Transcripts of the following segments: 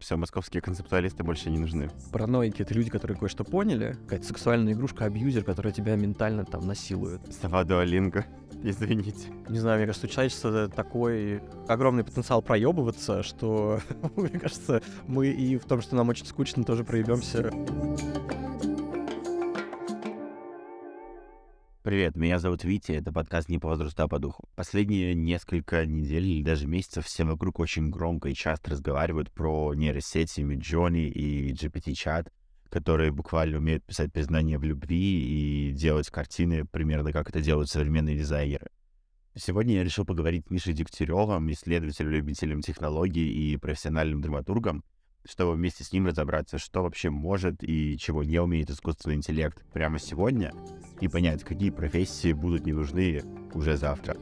все, московские концептуалисты больше не нужны. Параноики — это люди, которые кое-что поняли. Какая-то сексуальная игрушка, абьюзер, которая тебя ментально там насилует. Слова Дуолинго, извините. Не знаю, мне кажется, у человечества такой огромный потенциал проебываться, что, мне кажется, мы и в том, что нам очень скучно, тоже проебемся. Привет, меня зовут Витя, это подкаст «Не по возрасту, а по духу». Последние несколько недель или даже месяцев все вокруг очень громко и часто разговаривают про нейросети Midjourney и GPT-чат, которые буквально умеют писать признания в любви и делать картины примерно как это делают современные дизайнеры. Сегодня я решил поговорить с Мишей Дегтяревым, исследователем-любителем технологий и профессиональным драматургом, чтобы вместе с ним разобраться, что вообще может и чего не умеет искусственный интеллект прямо сегодня, и понять, какие профессии будут не нужны уже завтра.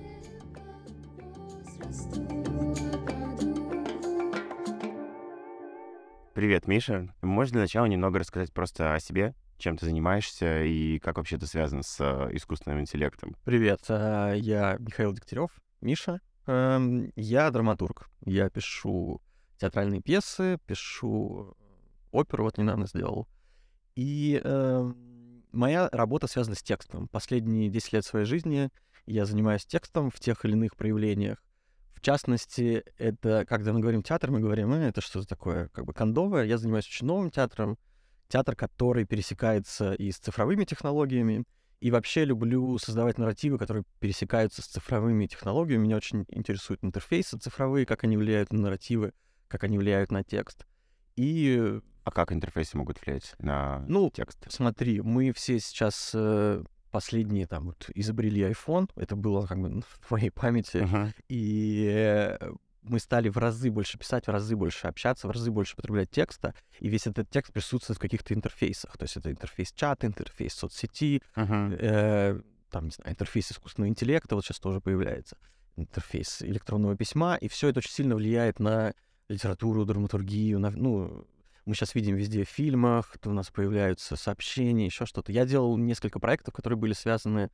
Привет, Миша. Можешь для начала немного рассказать просто о себе, чем ты занимаешься и как вообще ты связан с искусственным интеллектом? Привет, я Михаил Дегтярев, Миша. Я драматург. Я пишу театральные пьесы, пишу оперу, вот недавно сделал. И моя работа связана с текстом. Последние 10 лет своей жизни я занимаюсь текстом в тех или иных проявлениях. В частности, это, когда мы говорим театр, мы говорим, это что-то такое как бы кондовое. Я занимаюсь очень новым театром. Театр, который пересекается и с цифровыми технологиями. И вообще люблю создавать нарративы, которые пересекаются с цифровыми технологиями. Меня очень интересуют интерфейсы цифровые, как они влияют на нарративы, как они влияют на текст. И А как интерфейсы могут влиять на текст? Смотри, мы все сейчас последние там вот изобрели iPhone, это было как бы в моей памяти, и мы стали в разы больше писать, в разы больше общаться, в разы больше потреблять текста, и весь этот текст присутствует в каких-то интерфейсах, то есть это интерфейс чата, интерфейс соцсети, там, не знаю, интерфейс искусственного интеллекта, вот сейчас тоже появляется, интерфейс электронного письма, и все это очень сильно влияет на литературу, драматургию, мы сейчас видим везде в фильмах, то у нас появляются сообщения, еще что-то. Я делал несколько проектов, которые были связаны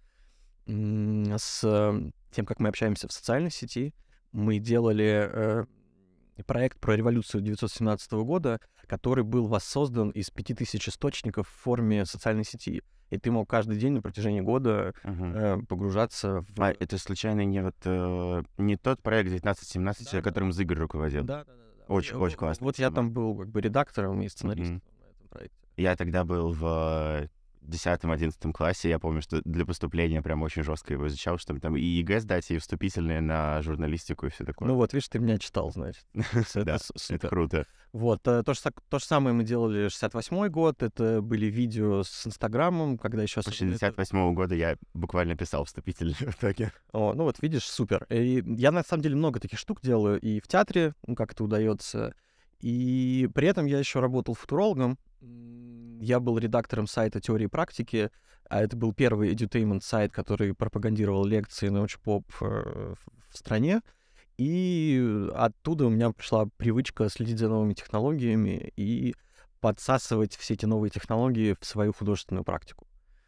с тем, как мы общаемся в социальной сети. Мы делали проект про революцию 1917 года, который был воссоздан из 5000 источников в форме социальной сети. И ты мог каждый день на протяжении года погружаться в... А это случайно не тот проект 1917, которым Зыгорь руководил? Да. Очень классно. Вот я там был как бы редактором и сценаристом на этом проекте. Я тогда был в 10-11 классе. Я помню, что для поступления прям очень жестко его изучал, чтобы там и ЕГЭ сдать, и вступительные на журналистику и все такое. Ну вот, видишь, ты меня читал, значит. Да, это круто. Вот, то же самое мы делали 68-й год, это были видео с Инстаграмом, когда еще... С 68-го года я буквально писал вступительные в итоге. Ну вот, видишь, супер. И я, на самом деле, много таких штук делаю и в театре, как это удается, и при этом я еще работал футурологом. Я был редактором сайта «Теории и практики», а это был первый edutainment сайт, который пропагандировал лекции научпоп в стране. И оттуда у меня пришла привычка следить за новыми технологиями и подсасывать все эти новые технологии в свою художественную практику.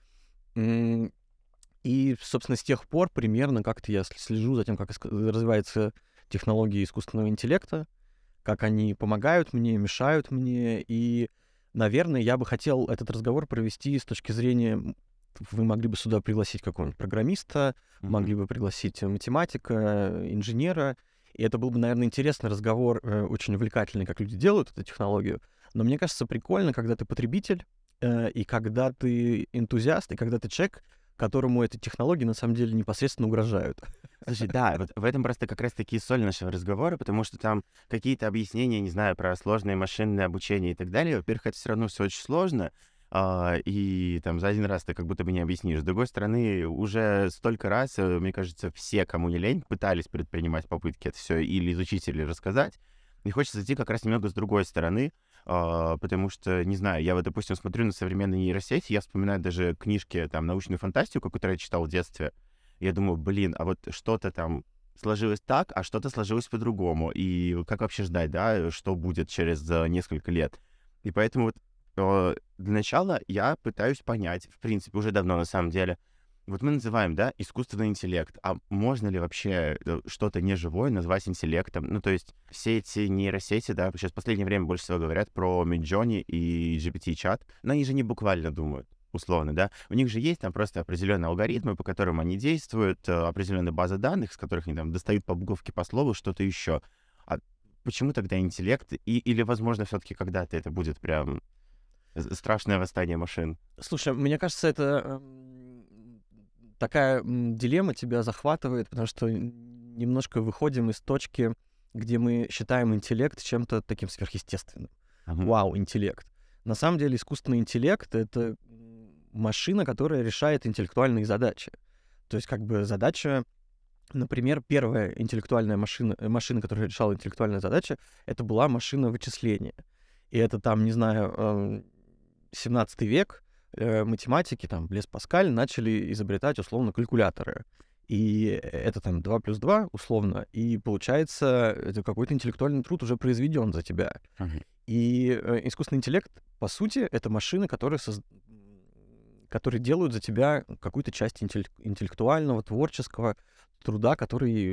И, собственно, с тех пор примерно как-то я слежу за тем, как развиваются технологии искусственного интеллекта, как они помогают мне, мешают мне. И, наверное, я бы хотел этот разговор провести с точки зрения... Вы могли бы сюда пригласить какого-нибудь программиста, могли бы пригласить математика, инженера. И это был бы, наверное, интересный разговор, очень увлекательный, как люди делают эту технологию. Но мне кажется, прикольно, когда ты потребитель, и когда ты энтузиаст, и когда ты человек, которому эти технологии на самом деле непосредственно угрожают. Слушай, да, вот в этом просто как раз-таки соль нашего разговора, потому что там какие-то объяснения, не знаю, про сложное машинное обучение и так далее. Во-первых, это все равно все очень сложно, и там за один раз ты как будто бы не объяснишь. С другой стороны, уже столько раз, мне кажется, все, кому не лень, пытались предпринимать попытки это все или изучить, или рассказать. И хочется зайти как раз немного с другой стороны, потому что, не знаю, я вот, допустим, смотрю на современные нейросети, я вспоминаю даже книжки, там, научную фантастику, которую я читал в детстве. Я думаю, блин, а вот что-то там сложилось так, а что-то сложилось по-другому. И как вообще ждать, да, что будет через несколько лет. И поэтому вот для начала я пытаюсь понять, в принципе, уже давно на самом деле, вот мы называем, да, искусственный интеллект, а можно ли вообще что-то неживое назвать интеллектом? Ну, то есть все эти нейросети, да, сейчас в последнее время больше всего говорят про Midjourney и GPT-чат, но они же не буквально думают, условно, да. У них же есть там просто определенные алгоритмы, по которым они действуют, определенная база данных, с которых они там достают по буковке, по слову, что-то еще. А почему тогда интеллект? Или, возможно, все-таки когда-то это будет прям страшное восстание машин? Слушай, мне кажется, это такая дилемма тебя захватывает, потому что немножко выходим из точки, где мы считаем интеллект чем-то таким сверхъестественным. Вау, интеллект. На самом деле искусственный интеллект — это машина, которая решает интеллектуальные задачи. То есть как бы задача, например, первая интеллектуальная машина, которая решала интеллектуальные задачи, это была машина вычисления. И это там, не знаю, 17 век, математики, там, Блес Паскаль, начали изобретать, условно, калькуляторы. И это там 2 плюс 2, условно, и получается, это какой-то интеллектуальный труд уже произведен за тебя. И искусственный интеллект, по сути, это машины, которые делают за тебя какую-то часть интеллектуального, творческого труда, который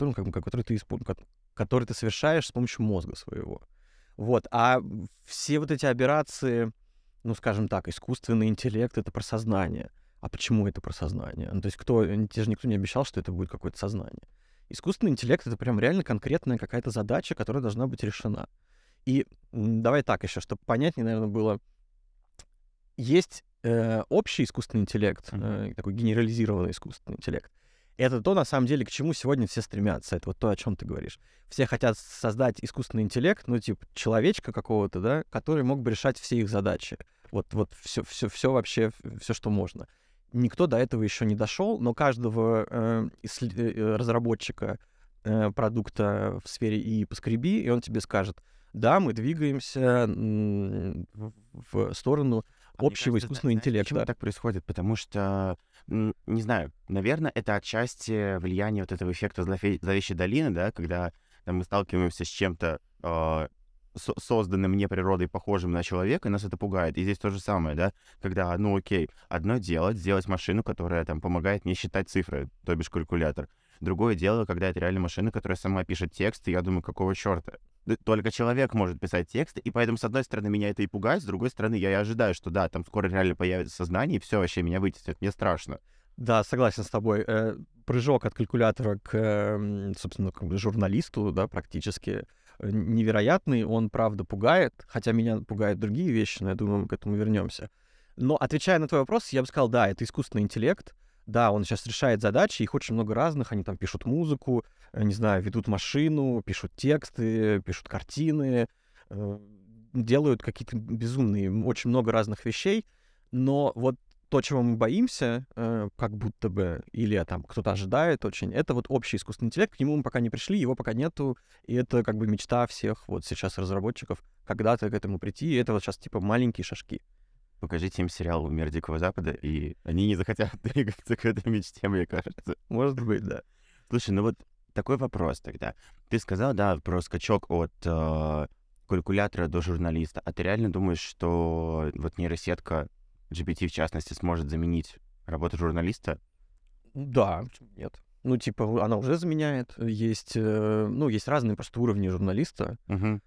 ты совершаешь с помощью мозга своего. Вот. А все вот эти операции, ну, скажем так, искусственный интеллект — это про сознание. А почему это про сознание? Ну, то есть тебе же никто не обещал, что это будет какое-то сознание. Искусственный интеллект — это прям реально конкретная какая-то задача, которая должна быть решена. И давай так еще, чтобы понятнее, наверное, было. Есть общий искусственный интеллект, такой генерализированный искусственный интеллект. Это то, на самом деле, к чему сегодня все стремятся. Это вот то, о чем ты говоришь. Все хотят создать искусственный интеллект, ну, типа, человечка какого-то, да, который мог бы решать все их задачи. Вот все вообще, все, что можно. Никто до этого еще не дошел, но каждого разработчика продукта в сфере ИИ поскреби, и он тебе скажет: да, мы двигаемся в сторону общего искусственного интеллекта. Почему так происходит? Потому что, не знаю, наверное, это отчасти влияние вот этого эффекта зловещей долины, да, когда там, мы сталкиваемся с чем-то созданным не природой, похожим на человека, и нас это пугает. И здесь то же самое, да, когда, ну окей, одно дело сделать машину, которая там помогает мне считать цифры, то бишь калькулятор. Другое дело, когда это реально машина, которая сама пишет текст, и я думаю, какого черта? Только человек может писать текст, и поэтому, с одной стороны, меня это и пугает, с другой стороны, я и ожидаю, что да, там скоро реально появится сознание, и все вообще меня вытеснит, мне страшно. Да, согласен с тобой. Прыжок от калькулятора к, собственно, как бы журналисту, да, практически невероятный. Он, правда, пугает, хотя меня пугают другие вещи, но я думаю, мы к этому вернемся. Но, отвечая на твой вопрос, я бы сказал, да, это искусственный интеллект. Да, он сейчас решает задачи, их очень много разных. Они там пишут музыку, не знаю, ведут машину, пишут тексты, пишут картины, делают какие-то безумные, очень много разных вещей. Но вот то, чего мы боимся, как будто бы, или там кто-то ожидает очень, это вот общий искусственный интеллект. К нему мы пока не пришли, его пока нету. И это как бы мечта всех вот сейчас разработчиков когда-то к этому прийти. И это вот сейчас типа маленькие шажки. Покажите им сериал «Мир Дикого Запада», и они не захотят двигаться к этой мечте, мне кажется. Может быть, да. Слушай, ну вот такой вопрос тогда. Ты сказал, да, про скачок от калькулятора до журналиста. А ты реально думаешь, что вот нейросетка, GPT в частности, сможет заменить работу журналиста? Да, нет. Ну, типа, она уже заменяет. Есть разные просто уровни журналиста.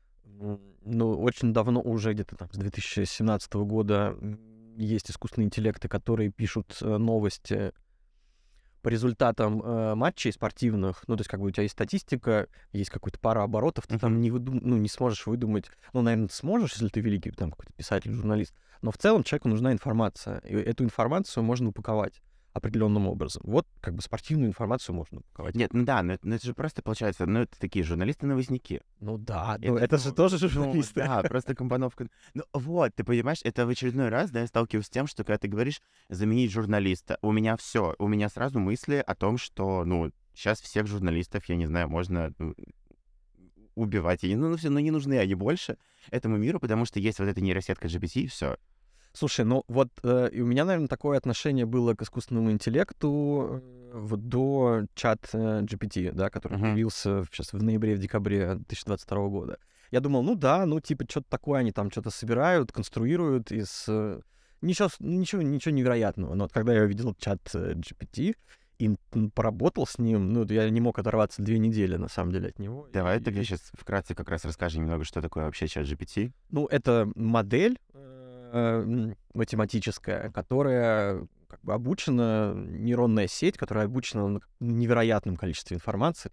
Ну, очень давно, уже где-то там с 2017 года, есть искусственные интеллекты, которые пишут новости по результатам матчей спортивных. Ну, то есть, как бы у тебя есть статистика, есть какой-то пара оборотов, ты там не сможешь выдумать. Ну, наверное, ты сможешь, если ты великий там какой-то писатель, журналист. Но в целом человеку нужна информация. И эту информацию можно упаковать определенным образом. Вот как бы спортивную информацию можно упаковать. Нет, ну да, но это же просто получается, ну это такие журналисты-новостники. Ну да, это же тоже журналисты. Да, просто компоновка. Ну вот, ты понимаешь, это в очередной раз, да, я сталкиваюсь с тем, что когда ты говоришь заменить журналиста, у меня сразу мысли о том, что, ну, сейчас всех журналистов, я не знаю, можно убивать. Ну, не нужны они больше этому миру, потому что есть вот эта нейросетка GPT, и все. Слушай, ну вот и у меня, наверное, такое отношение было к искусственному интеллекту вот до чат GPT, да, который появился сейчас в ноябре-декабре 2022 года. Я думал, ну да, ну типа что-то такое, они там что-то собирают, конструируют из ничего невероятного. Но вот когда я увидел чат GPT и поработал с ним, ну, я не мог оторваться 2 недели, на самом деле, от него. Давай тогда сейчас вкратце как раз расскажем немного, что такое вообще ChatGPT. Ну, это модель математическая, которая как бы обучена, нейронная сеть, которая обучена на невероятном количестве информации,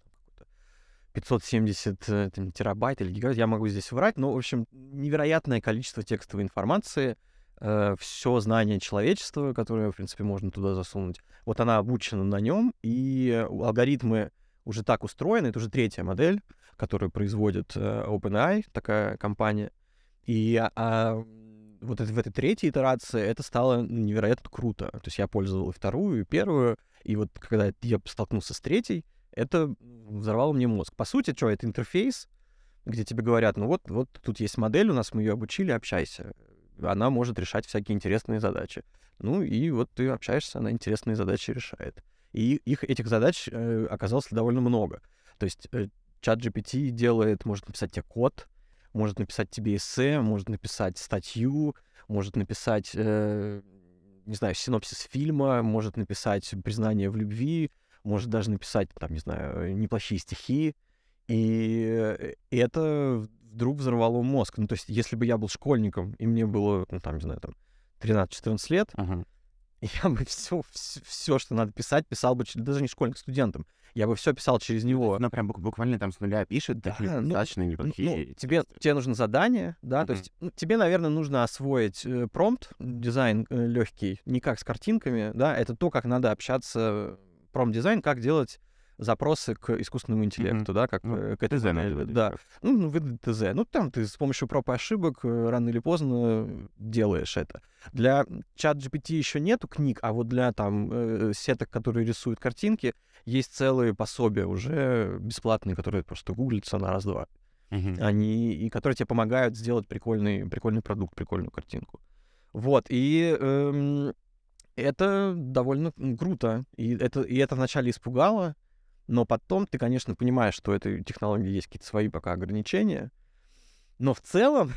570 терабайт или гигабайт, я могу здесь врать, но, в общем, невероятное количество текстовой информации, все знание человечества, которое, в принципе, можно туда засунуть. Вот она обучена на нем, и алгоритмы уже так устроены, это уже 3-я модель, которую производит OpenAI, такая компания. И вот в этой 3-й итерации это стало невероятно круто. То есть я пользовал и 2-ю, и 1-ю, и вот когда я столкнулся с 3-й, это взорвало мне мозг. По сути, что, это интерфейс, где тебе говорят, ну вот тут есть модель, у нас мы ее обучили, общайся. Она может решать всякие интересные задачи. Ну и вот ты общаешься, она интересные задачи решает. И этих задач оказалось довольно много. То есть ChatGPT может написать тебе код, может написать тебе эссе, может написать статью, может написать, не знаю, синопсис фильма, может написать признание в любви, может даже написать, там, не знаю, неплохие стихи. И это вдруг взорвало мозг. Ну, то есть, если бы я был школьником, и мне было, ну, там, не знаю, там, 13-14 лет, я бы все, что надо писать, писал бы, даже не школьник, студентом. Я бы все писал через него. Ну, прям буквально там с нуля пишет, Да, такие достаточно неплохие. Тебе нужно задание, да, то есть тебе, наверное, нужно освоить промпт, дизайн легкий, не как с картинками, да, это то, как надо общаться, промпт-дизайн, как делать запросы к искусственному интеллекту, да, как к этой ТЗ модели, да. Ну, выдать ТЗ. Ну, там ты с помощью проб и ошибок рано или поздно делаешь это. Для ChatGPT еще нету книг, а вот для там сеток, которые рисуют картинки, есть целые пособия уже бесплатные, которые просто гуглятся на раз-два. И которые тебе помогают сделать прикольный продукт, прикольную картинку. Вот, и это довольно круто. И это вначале испугало, но потом ты, конечно, понимаешь, что у этой технологии есть какие-то свои пока ограничения. Но в целом...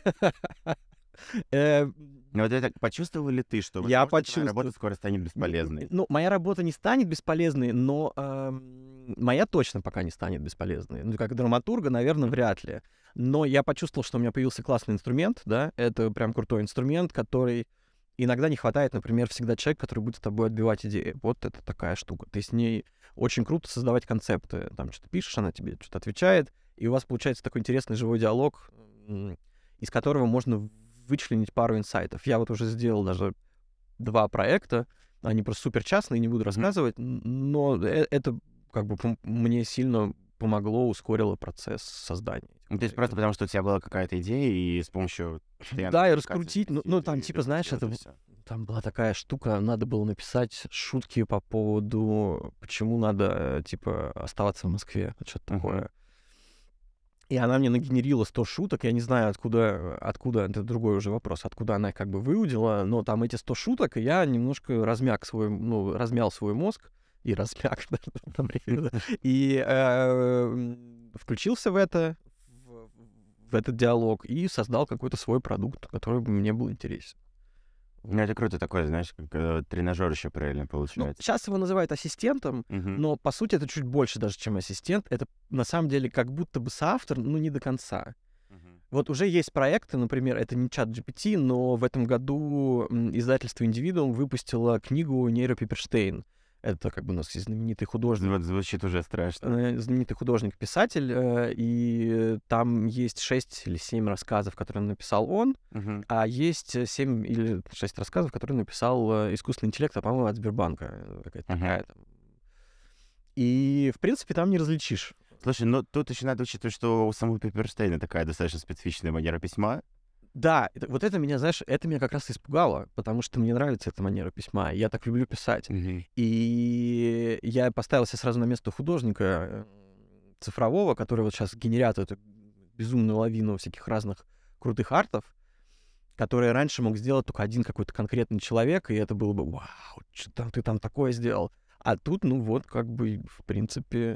Ну, вот это почувствовал ли ты, что Я твоя работа скоро станет бесполезной? Ну, моя работа не станет бесполезной, но моя точно пока не станет бесполезной. Ну, как драматурга, наверное, вряд ли. Но я почувствовал, что у меня появился классный инструмент, да, это прям крутой инструмент, который иногда не хватает, например, всегда человек, который будет с тобой отбивать идеи. Вот это такая штука. Ты с ней очень круто создавать концепты. Там что-то пишешь, она тебе что-то отвечает, и у вас получается такой интересный живой диалог, из которого можно вычленить пару инсайтов. Я вот уже сделал даже 2 проекта, они просто супер частные, не буду рассказывать, но это как бы мне сильно помогло, ускорило процесс создания. Ну, то есть просто потому, что у тебя была какая-то идея, и с помощью... Да, и раскрутить, ну там типа, знаешь, это... Там была такая штука, надо было написать шутки по поводу, почему надо, типа, оставаться в Москве, что-то такое. И она мне нагенерила 100 шуток, я не знаю, откуда, это другой уже вопрос, откуда она как бы выудила, но там эти 100 шуток, и я немножко размял свой мозг, и размяк, и включился в этот диалог, и создал какой-то свой продукт, который мне был интересен. Ну, это круто такое, знаешь, как тренажер еще правильно получается. Ну, сейчас его называют ассистентом, но, по сути, это чуть больше даже, чем ассистент. Это, на самом деле, как будто бы соавтор, но не до конца. Вот уже есть проекты, например, это не ChatGPT, но в этом году издательство «Индивидуум» выпустило книгу Нейро Пиперштейн. Это как бы у нас есть знаменитый художник. Вот звучит уже страшно. Знаменитый художник-писатель, и там есть 6 или 7 рассказов, которые написал он, а есть 7 или 6 рассказов, которые написал искусственный интеллект, по-моему, от Сбербанка. Какая-то такая там. И, в принципе, там не различишь. Слушай, ну тут еще надо учитывать, что у самого Пепперштейна такая достаточно специфичная манера письма. Да, вот это меня, знаешь, это меня как раз испугало, потому что мне нравится эта манера письма, я так люблю писать. И я поставил себя сразу на место художника цифрового, который вот сейчас генерят эту безумную лавину всяких разных крутых артов, которые раньше мог сделать только один какой-то конкретный человек, и это было бы, вау, что там ты там такое сделал. А тут, ну вот, как бы, в принципе,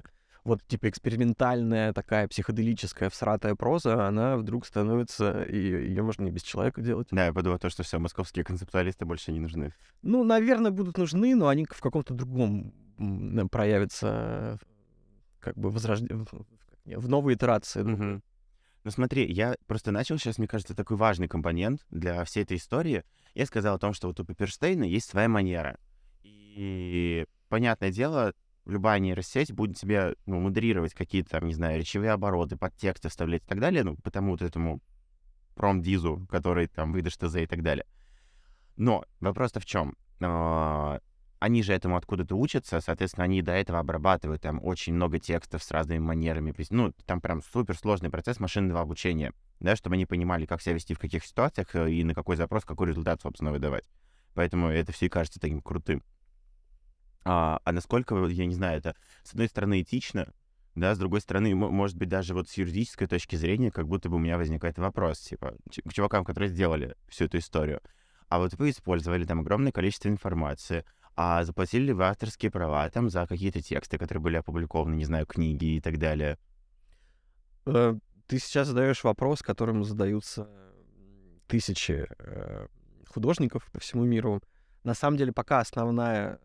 вот типа экспериментальная такая психоделическая всратая проза, она вдруг становится, и ее можно и без человека делать. Да, я подумал то, что все, московские концептуалисты больше не нужны. Ну, наверное, будут нужны, но они в каком-то другом проявятся, как бы в новой итерации. Мгм. Ну смотри, я просто начал сейчас, мне кажется, такой важный компонент для всей этой истории. Я сказал о том, что вот у Пепперштейна есть своя манера. И, понятное дело, любая нейросеть будет тебе, ну, модерировать какие-то там, не знаю, речевые обороты, подтексты вставлять и так далее, ну, потому вот этому промдизу, который там выдашь ТЗ и так далее. Но вопрос-то в чем? Они же этому откуда-то учатся, соответственно, они до этого обрабатывают там очень много текстов с разными манерами. Ну, там прям суперсложный процесс машинного обучения, да, чтобы они понимали, как себя вести в каких ситуациях и на какой запрос, какой результат, собственно, выдавать. Поэтому это все и кажется таким крутым. А насколько, я не знаю, это, с одной стороны, этично, да, с другой стороны, может быть, даже вот с юридической точки зрения, как будто бы у меня возникает вопрос, типа, к чувакам, которые сделали всю эту историю. А вот вы использовали там огромное количество информации, а заплатили ли вы авторские права там за какие-то тексты, которые были опубликованы, не знаю, книги и так далее? Ты сейчас задаешь вопрос, которым задаются тысячи художников по всему миру. На самом деле, пока основная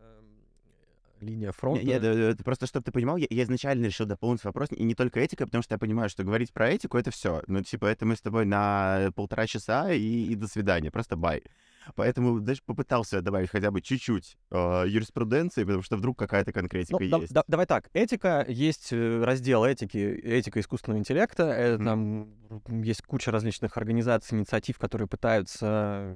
линия фронта... Нет, это просто, чтобы ты понимал, я изначально решил дополнить вопрос, и не только этика, потому что я понимаю, что говорить про этику — это все. Ну, типа, это мы с тобой на 1,5 часа и до свидания, просто бай. Поэтому даже попытался добавить хотя бы чуть-чуть юриспруденции, потому что вдруг какая-то конкретика есть. Давай так, этика, есть раздел этики, этика искусственного интеллекта, там есть куча различных организаций, инициатив, которые пытаются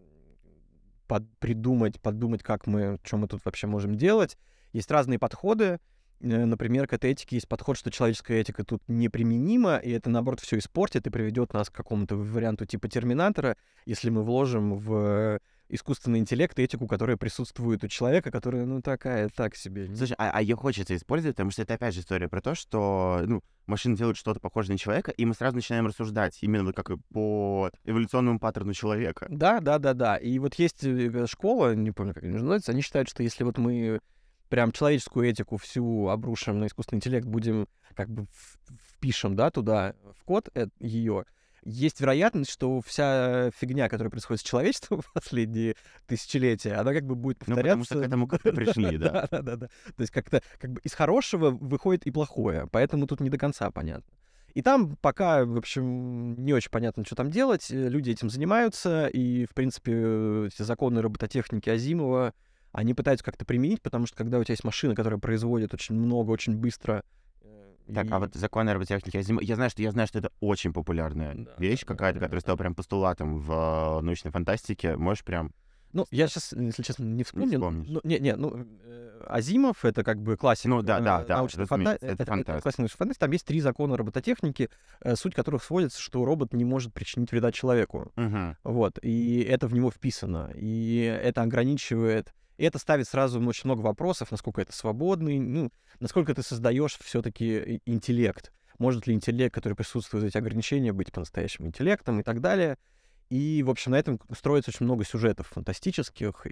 подумать, как что мы тут вообще можем делать. Есть разные подходы. Например, к этой этике есть подход, что человеческая этика тут неприменима, и это, наоборот, все испортит и приведет нас к какому-то варианту типа Терминатора, если мы вложим в искусственный интеллект этику, которая присутствует у человека, которая, ну, такая, так себе. Слушай, а ее хочется использовать, потому что это, опять же, история про то, что, ну, машины делают что-то похожее на человека, и мы сразу начинаем рассуждать именно вот как и по эволюционному паттерну человека. Да. И вот есть школа, не помню, как она называется, они считают, что если вот мы прям человеческую этику всю обрушим на искусственный интеллект, будем как бы впишем, да, туда в код ее, есть вероятность, что вся фигня, которая происходит с человечеством в последние тысячелетия, она как бы будет повторяться. Ну, потому что к этому как-то пришли, да. Да. То есть как-то как бы из хорошего выходит и плохое, поэтому тут не до конца понятно. И там пока, в общем, не очень понятно, что там делать. Люди этим занимаются, и, в принципе, эти законы робототехники Азимова, они пытаются как-то применить, потому что когда у тебя есть машина, которая производит очень много, очень быстро... Так, а вот законы роботехники Азимова, я знаю, что это очень популярная вещь какая-то, которая стала прям постулатом в научной фантастике. Можешь прям... Ну, я сейчас, если честно, не вспомню. вспомнишь. Азимов — это как бы классик научной разумеется, это классик научной фантастики. Там есть 3 закона робототехники, суть которых сводится, что робот не может причинить вреда человеку. Вот, и это в него вписано. И это ограничивает... И это ставит сразу очень много вопросов, насколько это свободный, ну, насколько ты создаешь все-таки интеллект. Может ли интеллект, который присутствует в этих ограничениях, быть по-настоящему интеллектом и так далее. И, в общем, на этом строится очень много сюжетов фантастических.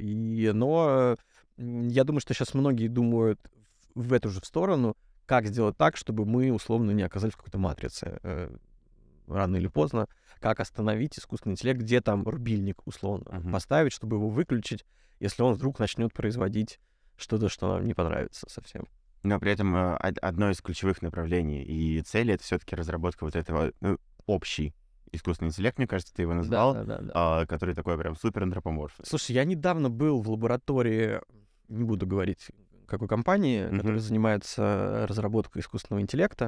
Но я думаю, что сейчас многие думают в эту же сторону, как сделать так, чтобы мы, условно, не оказались в какой-то матрице рано или поздно. Как остановить искусственный интеллект, где там рубильник, условно, поставить, чтобы его выключить, если он вдруг начнет производить что-то, что нам не понравится совсем. Но при этом одно из ключевых направлений и целей — это все-таки разработка вот этого общий искусственный интеллект, мне кажется, ты его назвал, Да. который такой прям супер антропоморфный. Слушай, я недавно был в лаборатории, не буду говорить, какой компании, которая занимается разработкой искусственного интеллекта.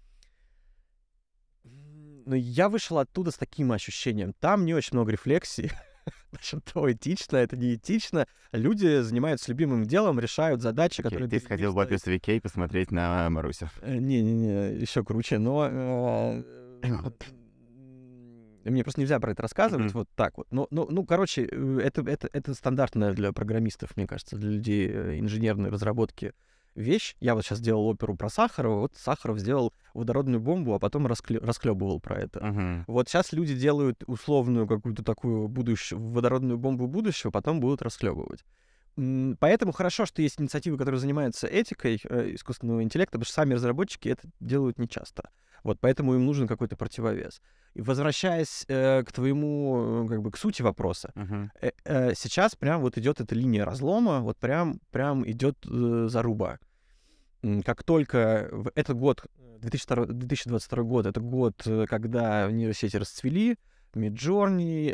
Но я вышел оттуда с таким ощущением. Там не очень много рефлексий. Насчет того, этично, это не этично. Люди занимаются любимым делом, решают задачи, которые... Ты сходил в офис Викей посмотреть на Марусю. Не, еще круче, но... Мне просто нельзя про это рассказывать, вот так вот. Ну, короче, это стандартная для программистов, мне кажется, для людей инженерной разработки вещь. Я вот сейчас делал оперу про Сахарова, вот Сахаров сделал водородную бомбу, а потом расхлебывал про это. Вот сейчас люди делают условную какую-то такую водородную бомбу будущего, потом будут расхлебывать. Поэтому хорошо, что есть инициативы, которые занимаются этикой искусственного интеллекта, потому что сами разработчики это делают нечасто. Вот, поэтому им нужен какой-то противовес. И возвращаясь к твоему, как бы, к сути вопроса, Мгм. сейчас прям вот идет эта линия разлома, вот прям идет заруба. Как только этот год, 2022 год, это год, когда нейросети расцвели, Midjourney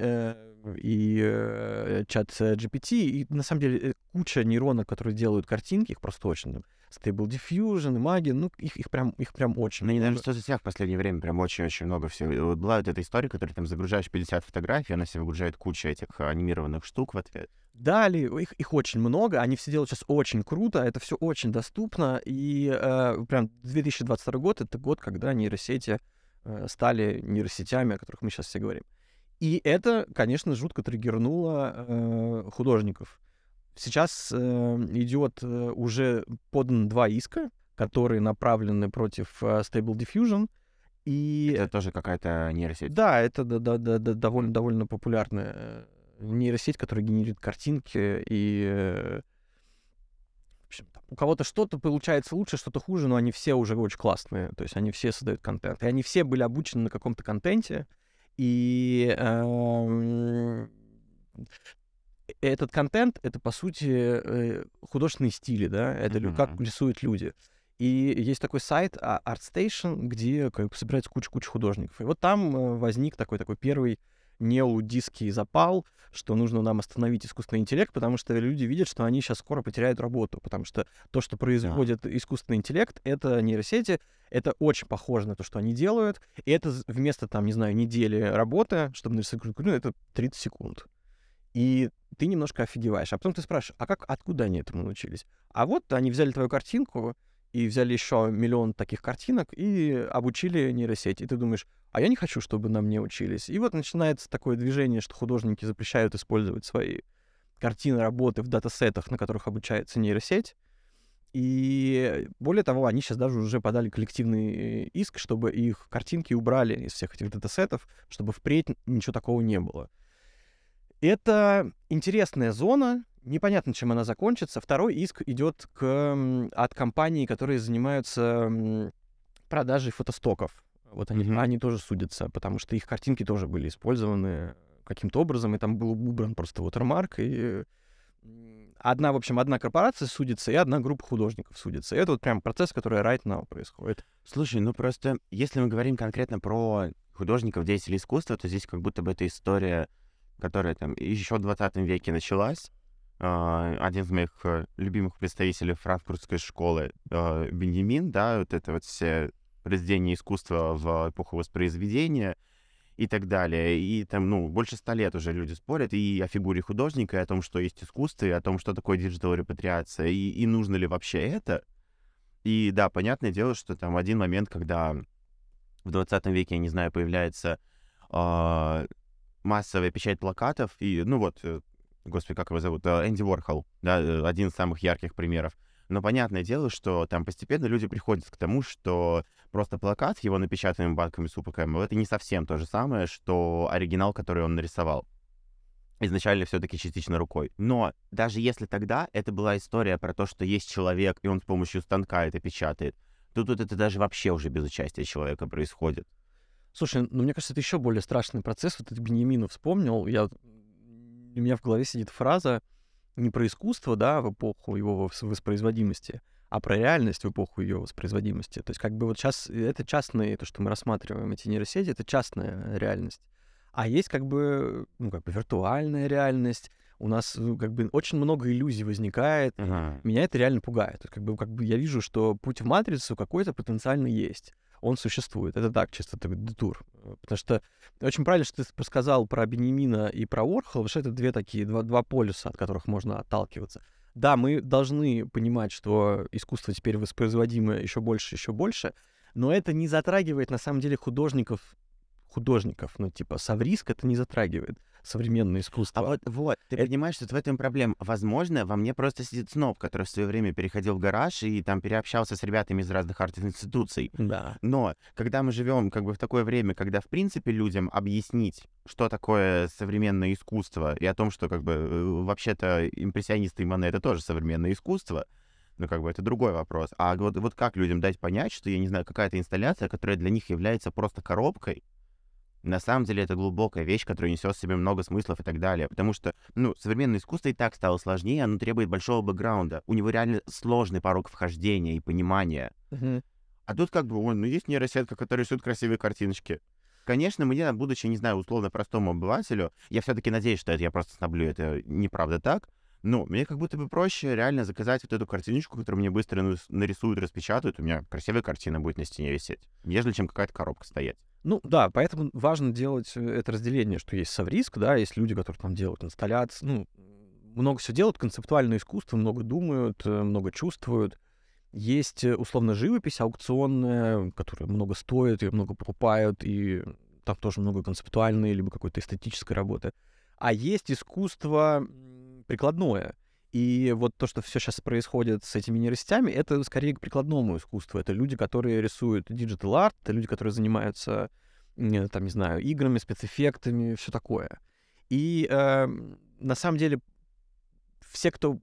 и чат GPT, и на самом деле куча нейронок, которые делают картинки, их просто очень. Stable Diffusion, Imagen, ну, их прям очень На нейронных много. соцсетях в последнее время прям очень-очень много всего. И вот была вот эта история, которая там загружаешь 50 фотографий, она себе выгружает кучу этих анимированных штук в ответ. Далее, их очень много, они все делают сейчас очень круто, это все очень доступно, и прям 2022 год — это год, когда нейросети стали нейросетями, о которых мы сейчас все говорим. И это, конечно, жутко триггернуло художников. Сейчас идет уже подано 2 иска, которые направлены против Stable Diffusion, и Это тоже какая-то нейросеть. да, это довольно популярная нейросеть, которая генерит картинки, и в общем, там у кого-то что-то получается лучше, что-то хуже, но они все уже очень классные, то есть они все создают контент, и они все были обучены на каком-то контенте, и этот контент — это, по сути, художественные стили, да, это как рисуют люди. И есть такой сайт ArtStation, где как бы собирается куча художников. И вот там возник такой первый неолудистский запал, что нужно нам остановить искусственный интеллект, потому что люди видят, что они сейчас скоро потеряют работу, потому что то, что производит искусственный интеллект, это нейросети, это очень похоже на то, что они делают, и это вместо, там, не знаю, недели работы, чтобы нарисовать картину, это 30 секунд. И ты немножко офигеваешь. А потом ты спрашиваешь, откуда они этому научились? А вот они взяли твою картинку и взяли еще миллион таких картинок и обучили нейросеть. И ты думаешь, а я не хочу, чтобы на мне учились. И вот начинается такое движение, что художники запрещают использовать свои картины, работы в датасетах, на которых обучается нейросеть. И более того, они сейчас даже уже подали коллективный иск, чтобы их картинки убрали из всех этих датасетов, чтобы впредь ничего такого не было. Это интересная зона, непонятно, чем она закончится. Второй иск идет от компаний, которые занимаются продажей фотостоков. Вот они тоже судятся, потому что их картинки тоже были использованы каким-то образом, и там был убран просто watermark, и одна корпорация судится, и одна группа художников судится. И это вот прям процесс, который right now происходит. Слушай, ну просто, если мы говорим конкретно про художников, деятелей искусства, то здесь как будто бы эта история, которая там еще в 20 веке началась. Один из моих любимых представителей франкфуртской школы, Беньямин, да, вот это вот все произведения искусства в эпоху воспроизведения и так далее. И там, ну, больше 100 лет уже люди спорят и о фигуре художника, и о том, что есть искусство, и о том, что такое диджитал-репатриация, и нужно ли вообще это. И да, понятное дело, что там один момент, когда в 20 веке, я не знаю, появляется массовая печать плакатов, и, ну вот, господи, как его зовут, Энди Уорхол, да, один из самых ярких примеров. Но понятное дело, что там постепенно люди приходят к тому, что просто плакат с его напечатанными банками с УПКМ, это не совсем то же самое, что оригинал, который он нарисовал. Изначально все-таки частично рукой. Но даже если тогда это была история про то, что есть человек, и он с помощью станка это печатает, то тут это даже вообще уже без участия человека происходит. Слушай, ну мне кажется, это еще более страшный процесс. Вот ты Беньямину вспомнил. У меня в голове сидит фраза не про искусство, да, в эпоху его воспроизводимости, а про реальность в эпоху ее воспроизводимости. То есть как бы вот сейчас это частные, то, что мы рассматриваем, эти нейросети, это частная реальность. А есть как бы, ну, как бы виртуальная реальность. У нас как бы очень много иллюзий возникает. Меня это реально пугает. То есть, как бы я вижу, что путь в матрицу какой-то потенциально есть. Он существует. Это так, чисто такой детур. Потому что очень правильно, что ты сказал про Беньямина и про Уорхола, потому что это два полюса, от которых можно отталкиваться. Да, мы должны понимать, что искусство теперь воспроизводимо еще больше, но это не затрагивает, на самом деле, художников. Ну, типа, Совриск это не затрагивает современное А искусство. вот, ты Это... понимаешь, что в этом проблема. Возможно, во мне просто сидит сноб, который в свое время переходил в гараж и там переобщался с ребятами из разных арт-институций. Да. Но когда мы живем как бы в такое время, когда, в принципе, людям объяснить, что такое современное искусство, и о том, что как бы вообще-то импрессионисты и Мане — это тоже современное искусство, ну, как бы это другой вопрос. А вот как людям дать понять, что, я не знаю, какая-то инсталляция, которая для них является просто коробкой, на самом деле это глубокая вещь, которая несет в себе много смыслов и так далее. Потому что, ну, современное искусство и так стало сложнее, оно требует большого бэкграунда. У него реально сложный порог вхождения и понимания. Мгм. А тут как бы, ну, есть нейросетка, которая рисует красивые картиночки. Конечно, мне, будучи, не знаю, условно простому обывателю, я все-таки надеюсь, что это я просто сноблю, это неправда так, но мне как будто бы проще реально заказать вот эту картиночку, которую мне быстро нарисуют, распечатают, у меня красивая картина будет на стене висеть, нежели чем какая-то коробка стоять. Ну да, поэтому важно делать это разделение, что есть Совриск, да, есть люди, которые там делают инсталляции, ну, много всего делают, концептуальное искусство, много думают, много чувствуют. Есть, условно, живопись аукционная, которая много стоит, ее много покупают, и там тоже много концептуальной, либо какой-то эстетической работы. А есть искусство прикладное. И вот то, что все сейчас происходит с этими нейросетями, это скорее к прикладному искусству. Это люди, которые рисуют диджитал арт, это люди, которые занимаются, там, не знаю, играми, спецэффектами, все такое. И на самом деле все, кто...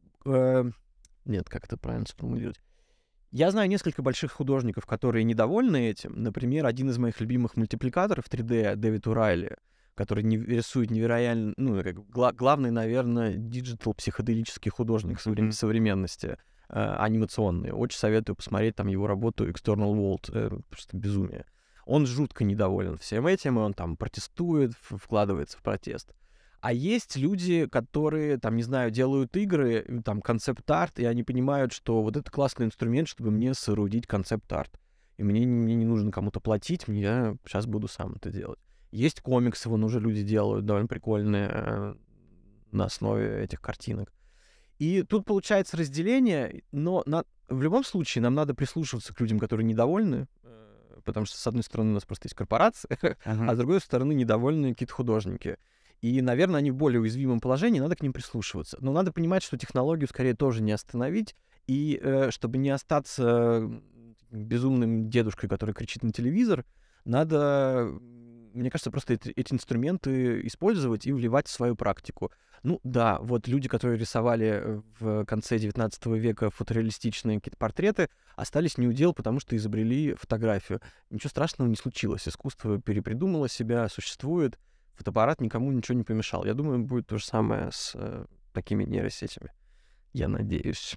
нет, как это правильно сформулировать? Я знаю несколько больших художников, которые недовольны этим. Например, один из моих любимых мультипликаторов 3D, Дэвид Урайли, который рисует невероятно... Ну, как главный, наверное, диджитал-психоделический художник современности, анимационный. Очень советую посмотреть там его работу External World. Просто безумие. Он жутко недоволен всем этим, и он там протестует, вкладывается в протест. А есть люди, которые, там, не знаю, делают игры, там, концепт-арт, и они понимают, что вот это классный инструмент, чтобы мне соорудить концепт-арт. И мне не нужно кому-то платить, я сейчас буду сам это делать. Есть комиксы, вон уже люди делают довольно прикольные на основе этих картинок. И тут получается разделение, но в любом случае нам надо прислушиваться к людям, которые недовольны, потому что, с одной стороны, у нас просто есть корпорации, а с другой стороны, недовольны какие-то художники. И, наверное, они в более уязвимом положении, надо к ним прислушиваться. Но надо понимать, что технологию скорее тоже не остановить, и чтобы не остаться безумным дедушкой, который кричит на телевизор, надо, мне кажется, просто эти инструменты использовать и вливать в свою практику. Ну да, вот люди, которые рисовали в конце 19 века фотореалистичные какие-то портреты, остались неудел, потому что изобрели фотографию. Ничего страшного не случилось. Искусство перепридумало себя, существует. Фотоаппарат никому ничего не помешал. Я думаю, будет то же самое с такими нейросетями. Я надеюсь.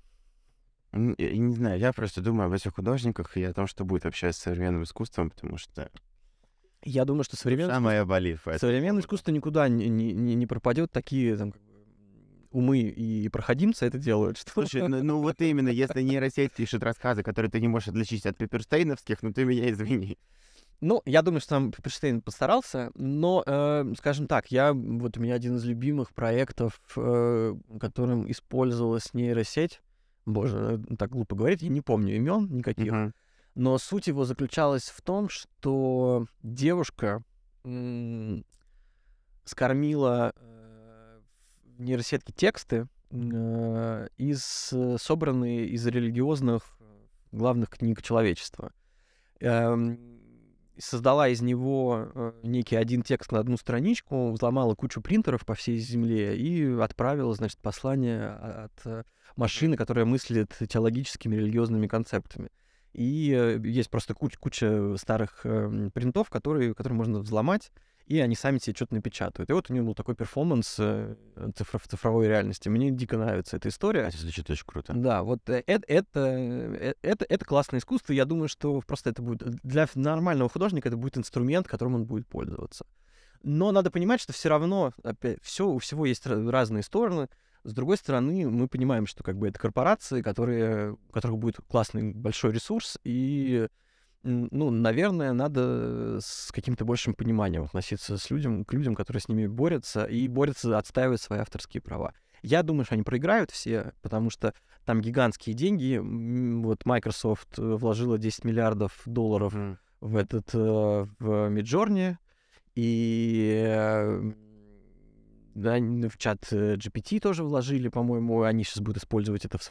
Я не знаю, я просто думаю об этих художниках и о том, что будет вообще с современным искусством, потому что Я думаю, что современное самое болит по этому современное поводу. искусство никуда не пропадет. Такие там, умы и проходимцы это делают. Что... Слушай, ну вот именно, если нейросеть пишет рассказы, которые ты не можешь отличить от пепперстейновских, ну ты меня извини. Ну, я думаю, что там Пепперштейн постарался, но, скажем так, у меня один из любимых проектов, которым использовалась нейросеть, боже, так глупо говорить, я не помню имен никаких, Мгм. но суть его заключалась в том, что девушка скормила в нейросетке тексты, собранные из религиозных главных книг человечества. Создала из него некий один текст на одну страничку, взломала кучу принтеров по всей земле и отправила, значит, послание от машины, которая мыслит теологическими религиозными концептами. И есть просто куча старых принтов, которые можно взломать, и они сами тебе что-то напечатают. И вот у нее был такой перформанс цифровой реальности. Мне дико нравится эта история. Это звучит очень круто. Да, вот это классное искусство. Я думаю, что просто это будет для нормального художника это будет инструмент, которым он будет пользоваться. Но надо понимать, что все равно опять у всего есть разные стороны. С другой стороны, мы понимаем, что как бы это корпорации, у которых будет классный большой ресурс, и ну, наверное, надо с каким-то большим пониманием относиться к людям, которые с ними борются, и отстаивать свои авторские права. Я думаю, что они проиграют все, потому что там гигантские деньги. Вот Microsoft вложила $10 миллиардов в в Midjourney, И да, в чат GPT тоже вложили, по-моему, они сейчас будут использовать это в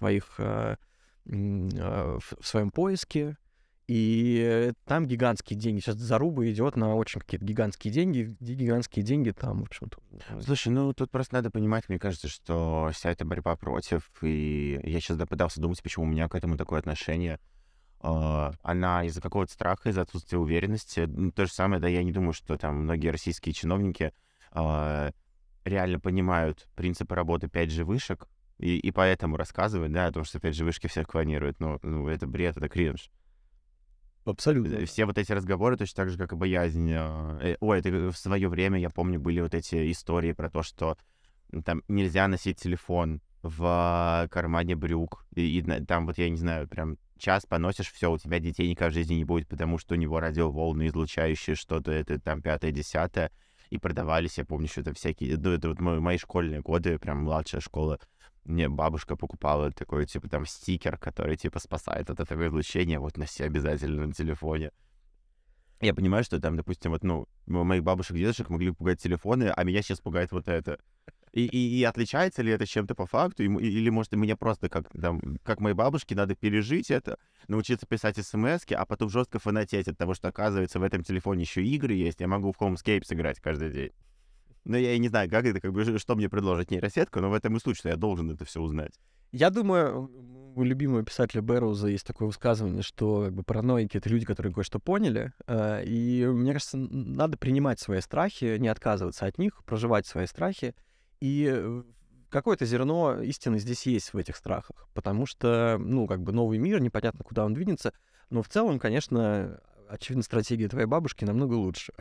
своем поиске. И там гигантские деньги. Сейчас заруба идет на очень какие-то гигантские деньги. Где гигантские деньги там, в общем-то. Слушай, ну тут просто надо понимать, мне кажется, что вся эта борьба против, и я сейчас пытался думать, почему у меня к этому такое отношение. Она из-за какого-то страха, из-за отсутствия уверенности. Ну, то же самое, да, я не думаю, что там многие российские чиновники реально понимают принципы работы 5G вышек, и поэтому рассказывают, да, о том, что 5G вышки всех клонируют. Ну, это бред, это кринж. Абсолютно. Все вот эти разговоры, точно так же, как и боязнь. Это в свое время, я помню, были вот эти истории про то, что там нельзя носить телефон в кармане брюк. Там вот, я не знаю, прям час поносишь, все, у тебя детей никогда в жизни не будет, потому что у него радиоволны, излучающие что-то, это там пятое-десятое. И продавались, я помню, что это всякие... Ну, это вот мои школьные годы, прям младшая школа. Мне бабушка покупала такой, типа, там, стикер, который, типа, спасает от этого излучения. Вот носи обязательно на телефоне. Я понимаю, что там, допустим, вот, ну, моих бабушек, дедушек могли пугать телефоны, а меня сейчас пугает вот это. И отличается ли это чем-то по факту? Или, может, мне просто, как моей бабушке, надо пережить это, научиться писать смс-ки, а потом жестко фанатеть от того, что, оказывается, в этом телефоне еще игры есть, я могу в Homescape сыграть каждый день. Но я и не знаю, как это, как бы, что мне предложит нейросетка, но в этом и суть, что я должен это все узнать. Я думаю, у любимого писателя Бэрроуза есть такое высказывание, что как бы параноики — это люди, которые кое-что поняли. И мне кажется, надо принимать свои страхи, не отказываться от них, проживать свои страхи. И какое-то зерно истины здесь есть в этих страхах. Потому что, ну, как бы новый мир, непонятно, куда он двинется. Но в целом, конечно, очевидно, стратегия твоей бабушки намного лучше.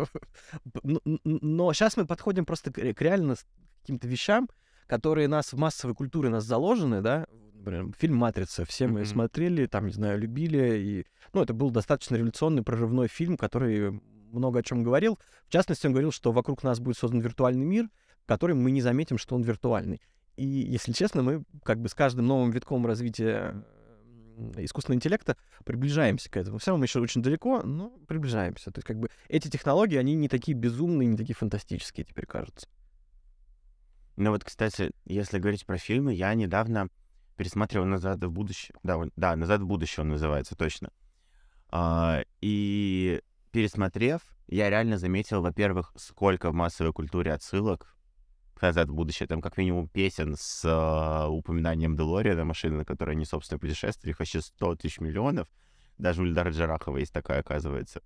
Но сейчас мы подходим просто к реально каким-то вещам, которые в массовой культуре нас заложены, да, например, фильм «Матрица», все мы смотрели, там, не знаю, любили, и, ну, это был достаточно революционный, прорывной фильм, который много о чем говорил. В частности, он говорил, что вокруг нас будет создан виртуальный мир, в котором мы не заметим, что он виртуальный. И, если честно, мы как бы с каждым новым витком развития искусственного интеллекта приближаемся к этому. Все равно мы еще очень далеко, но приближаемся. То есть, как бы, эти технологии, они не такие безумные, не такие фантастические теперь кажутся. Ну вот, кстати, если говорить про фильмы, я недавно пересматривал «Назад в будущее». Да, «Назад в будущее» он называется, точно. И пересмотрев, я реально заметил, во-первых, сколько в массовой культуре отсылок к «Назад в будущее». Там как минимум песен с упоминанием Делориана, машины, на которой они, собственно, путешествовали, их вообще 100 тысяч миллионов. Даже у Ильдара Джарахова есть такая, оказывается.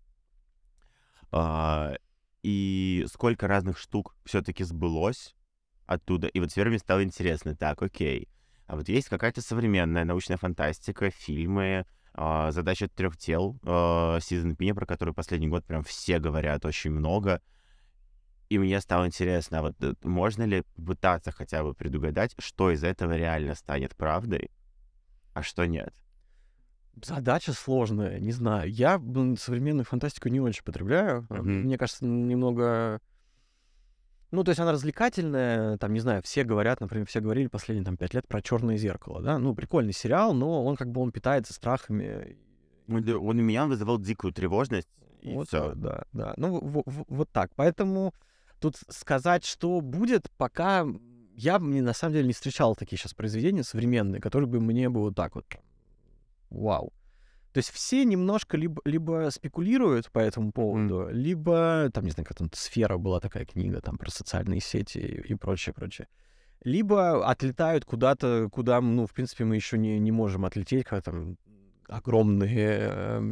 И сколько разных штук все-таки сбылось оттуда. И вот теперь мне стало интересно, так, окей, а вот есть какая-то современная научная фантастика, фильмы, «Задача трех тел» Си Цзиньпиня, про которую последний год прям все говорят очень много. И мне стало интересно, а вот можно ли пытаться хотя бы предугадать, что из этого реально станет правдой, а что нет? Задача сложная, не знаю. Я современную фантастику не очень потребляю. Мне кажется, немного... Ну, то есть она развлекательная, там, не знаю, все говорят, например, все говорили последние, там, 5 лет про «Черное зеркало», да? Ну, прикольный сериал, но он как бы, он питается страхами. Он у меня вызывал дикую тревожность, и Вот, все. да. Ну, вот так. Поэтому тут сказать, что будет, пока на самом деле не встречал такие сейчас произведения современные, которые бы мне бы вот так вот, вау. То есть все немножко либо спекулируют по этому поводу, либо, там, не знаю, как там «Сфера» была такая книга, там, про социальные сети и прочее. Либо отлетают куда-то, куда, ну, в принципе, мы еще не можем отлететь, как там огромные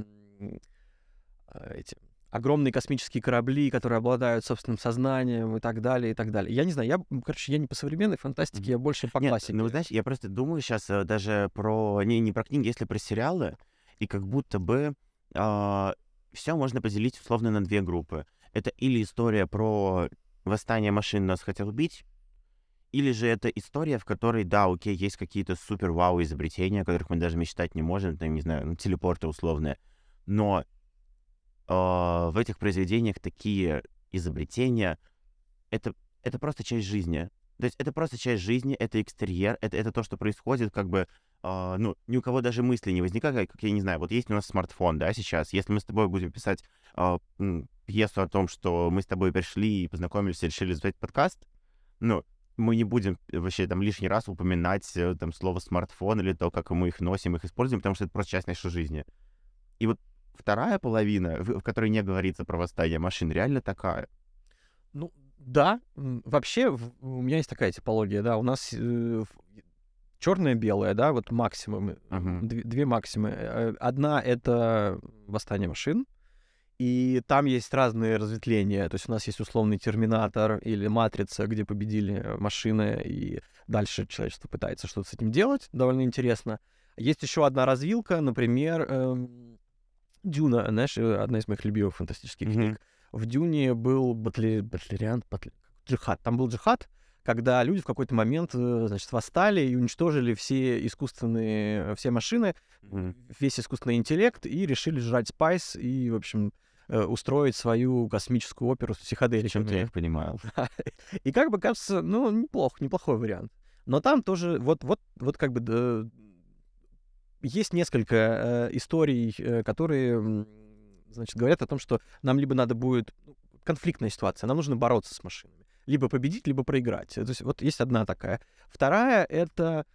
огромные космические корабли, которые обладают собственным сознанием и так далее, и так далее. Я не знаю, я не по современной фантастике, я больше по классике. Ну, знаешь, я просто думаю сейчас даже про... Не про книги, если про сериалы, и как будто бы все можно поделить условно на две группы. Это или история про восстание машин нас хотел убить, или же это история, в которой, да, окей, есть какие-то супер-вау изобретения, о которых мы даже мечтать не можем, там, не знаю, телепорты условные, но в этих произведениях такие изобретения это просто часть жизни. То есть это просто часть жизни, это экстерьер, это то, что происходит, как бы, ну, ни у кого даже мысли не возникает, как я не знаю, вот есть у нас смартфон, да, сейчас, если мы с тобой будем писать пьесу о том, что мы с тобой пришли и познакомились, и решили записать подкаст, ну, мы не будем вообще там лишний раз упоминать там слово смартфон или то, как мы их носим, их используем, потому что это просто часть нашей жизни. И вот вторая половина, в которой не говорится про восстание машин, реально такая. Ну, да, вообще у меня есть такая типология, да, у нас черное-белое, да, вот максимумы, две максимы. Одна — это восстание машин, и там есть разные разветвления. То есть у нас есть условный «Терминатор» или «Матрица», где победили машины, и дальше человечество пытается что-то с этим делать. Довольно интересно. Есть еще одна развилка, например, «Дюна», знаешь, одна из моих любимых фантастических книг. В «Дюне» был джихад. Там был джихад, когда люди в какой-то момент, значит, восстали и уничтожили все машины, весь искусственный интеллект, и решили жрать спайс и, в общем, устроить свою космическую оперу с психоделиками. Чем-то я их понимаю. И как бы кажется, ну, неплохой вариант. Но там тоже вот как бы есть несколько историй, которые, значит, говорят о том, что нам либо надо будет конфликтная ситуация, нам нужно бороться с машинами. Либо победить, либо проиграть. То есть вот есть одна такая. Вторая — это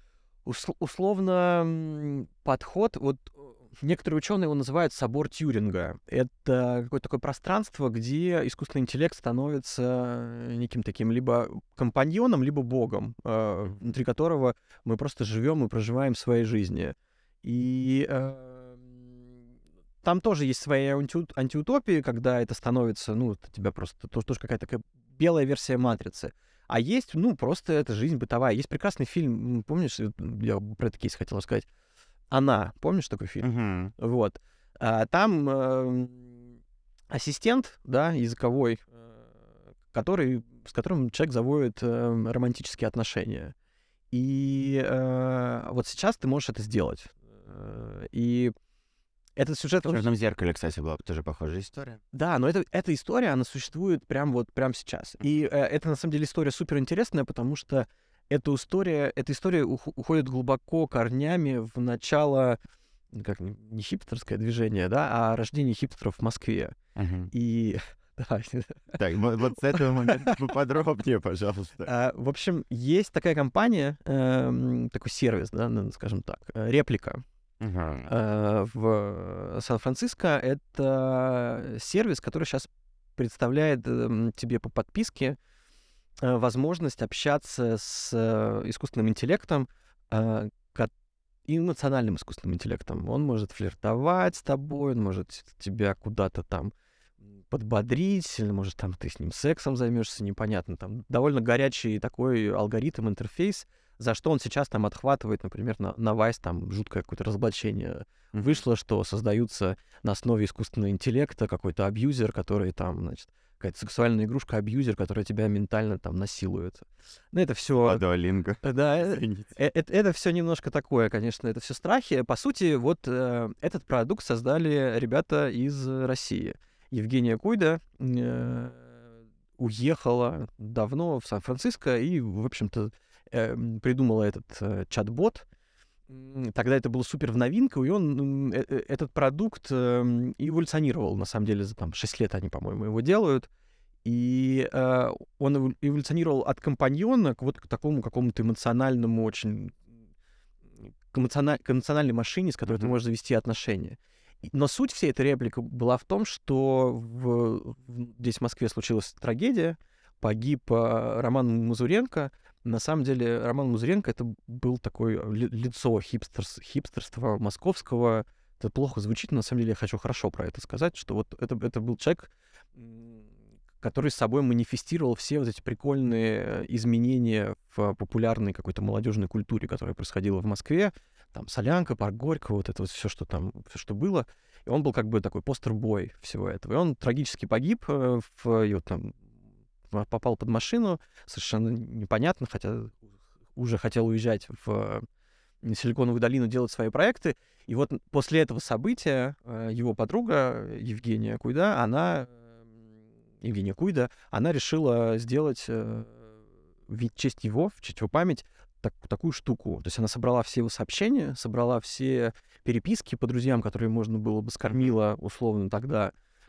условно подход, вот некоторые ученые его называют собор Тьюринга. Это какое-то такое пространство, где искусственный интеллект становится неким таким либо компаньоном, либо богом, внутри которого мы просто живем и проживаем свои жизни. И там тоже есть свои антиутопии, когда это становится, ну, у тебя просто тоже какая-то такая белая версия «Матрицы». А есть, ну, просто это жизнь бытовая. Есть прекрасный фильм, помнишь, я про этот кейс хотел рассказать, «Она», помнишь такой фильм? Вот. Там ассистент, да, языковой, с которым человек заводит романтические отношения. И вот сейчас ты можешь это сделать. И этот сюжет... В «Черном зеркале», кстати, была тоже похожая история. Да, но эта история, она существует прямо сейчас. И это, на самом деле, история суперинтересная, потому что эта история уходит глубоко корнями в начало, как не хипстерское движение, да, а рождение хипстеров в Москве. И... Так, вот с этого момента поподробнее, пожалуйста. В общем, есть такая компания, такой сервис, да, скажем так, «Реплика». В Сан-Франциско. Это сервис, который сейчас представляет тебе по подписке возможность общаться с искусственным интеллектом, эмоциональным искусственным интеллектом. Он может флиртовать с тобой, он может тебя куда-то там подбодрить, или, может, там ты с ним сексом займешься, непонятно. Там довольно горячий такой алгоритм, интерфейс, за что он сейчас там отхватывает, например, на Vice там жуткое какое-то разоблачение вышло, что создаются на основе искусственного интеллекта какой-то абьюзер, который там, значит, какая-то сексуальная игрушка-абьюзер, которая тебя ментально там насилует. Ну, это все... Да, это все немножко такое, конечно, это все страхи. По сути, вот этот продукт создали ребята из России. Евгения Куйда уехала давно в Сан-Франциско и, в общем-то, придумала этот чат-бот. Тогда это было супер в новинку, и он этот продукт эволюционировал, на самом деле, за там 6 лет они, по-моему, его делают. И он эволюционировал от компаньона к вот к такому какому-то эмоциональному, очень... к эмоциональной машине, с которой ты можешь завести отношения. Но суть всей этой реплики была в том, что здесь в Москве случилась трагедия, погиб Роман Мазуренко. На самом деле Роман Мазуренко — это был такое лицо хипстерства московского. Это плохо звучит, но на самом деле я хочу хорошо про это сказать, что вот это был человек, который с собой манифестировал все вот эти прикольные изменения в популярной какой-то молодежной культуре, которая происходила в Москве. Там Солянка, парк Горького, вот это вот все, что было. И он был как бы такой постер-бой всего этого. И он трагически погиб, попал под машину, совершенно непонятно, хотя уже хотел уезжать в Силиконовую долину делать свои проекты. И вот после этого события его подруга Евгения Куйда, она решила сделать в честь его память такую штуку. То есть она собрала все его сообщения, собрала все переписки по друзьям, которые можно было бы с кормила условно тогда,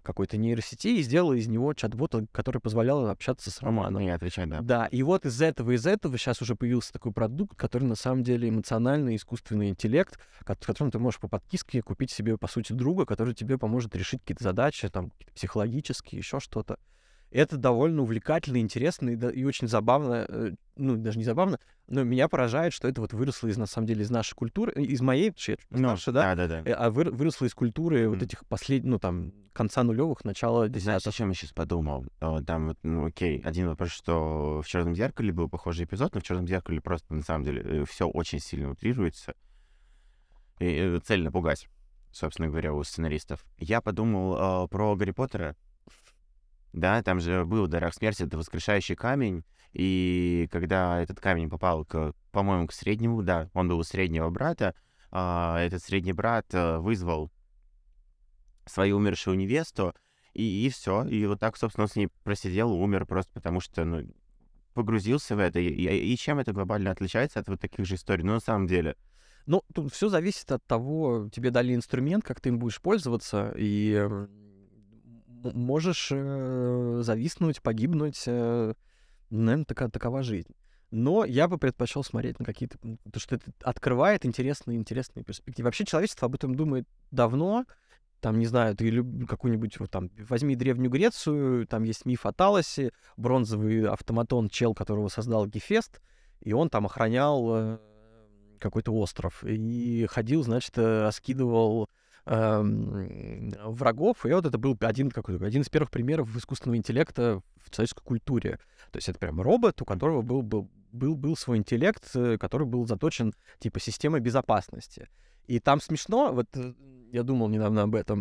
какой-то нейросети и сделала из него чат-бота, который позволял общаться с Романом. И отвечать, да. Да, и вот из этого сейчас уже появился такой продукт, который на самом деле эмоциональный искусственный интеллект, которым ты можешь по подписке купить себе, по сути, друга, который тебе поможет решить какие-то задачи, там, какие-то психологические, еще что-то. Это довольно увлекательно, интересно и очень забавно, ну, даже не забавно, но меня поражает, что это вот выросло на самом деле, из нашей культуры, из моей, потому что я чуть постарше, да, да. выросло из культуры вот этих последних, ну, там, конца нулевых, начала Знаешь, о десятых. чем я сейчас подумал? Там вот, ну, окей, один вопрос, что в «Черном зеркале» был похожий эпизод, но в «Черном зеркале» просто, на самом деле, все очень сильно утрируется, и цель напугать, собственно говоря, у сценаристов. Я подумал про «Гарри Поттера». Да, там же был «Дорог смерти», это воскрешающий камень, и когда этот камень попал, по-моему, к среднему, да, он был у среднего брата, этот средний брат вызвал свою умершую невесту, и все. И вот так, собственно, он с ней просидел, умер просто потому, что, ну, погрузился в это. И чем это глобально отличается от вот таких же историй? Ну, на самом деле. Ну, тут все зависит от того, тебе дали инструмент, как ты им будешь пользоваться, и можешь зависнуть, погибнуть. Наверное, такова жизнь. Но я бы предпочел смотреть на какие-то... Потому что это открывает интересные перспективы. Вообще человечество об этом думает давно. Там, не знаю, ты какую-нибудь... Вот там, возьми Древнюю Грецию, там есть миф о Талосе, бронзовый автоматон, чел, которого создал Гефест, и он там охранял какой-то остров. И ходил, значит, раскидывал врагов, и вот это был один из первых примеров искусственного интеллекта в человеческой культуре. То есть это прям робот, у которого был свой интеллект, который был заточен, типа, системой безопасности. И там смешно, вот я думал недавно об этом,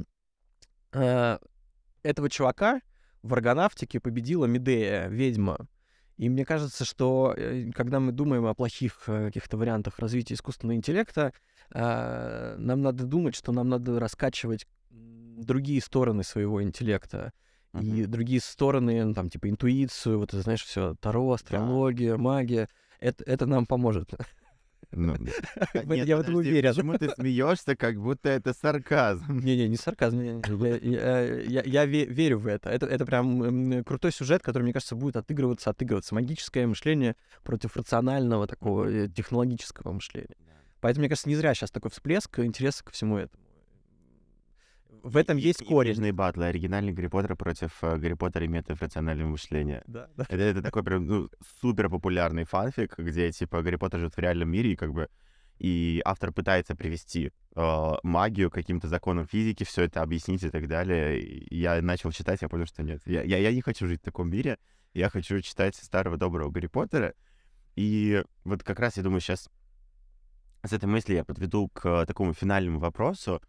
этого чувака в аргонавтике победила Медея, ведьма. И мне кажется, что когда мы думаем о плохих каких-то вариантах развития искусственного интеллекта, нам надо думать, что нам надо раскачивать другие стороны своего интеллекта. И другие стороны, ну, там, типа, интуицию, вот, знаешь, все, Таро, астрология, магия. Это нам поможет. Ну, я в этом уверен. Почему ты смеешься, как будто это сарказм? Не сарказм. Я верю в это. Это прям крутой сюжет, который, мне кажется, будет отыгрываться. Магическое мышление против рационального такого технологического мышления. Поэтому, мне кажется, не зря сейчас такой всплеск интереса ко всему этому. В этом есть корень. Книжные батлы. Оригинальный Гарри Поттер против Гарри Поттера и методов рационального мышления. Да. Это такой прям супер популярный фанфик, где типа Гарри Поттер живет в реальном мире, и как бы и автор пытается привести магию к каким-то законам физики, все это объяснить и так далее. И я начал читать, я понял, что нет. Я не хочу жить в таком мире. Я хочу читать старого доброго Гарри Поттера. И вот как раз, я думаю, сейчас с этой мысли я подведу к такому финальному вопросу.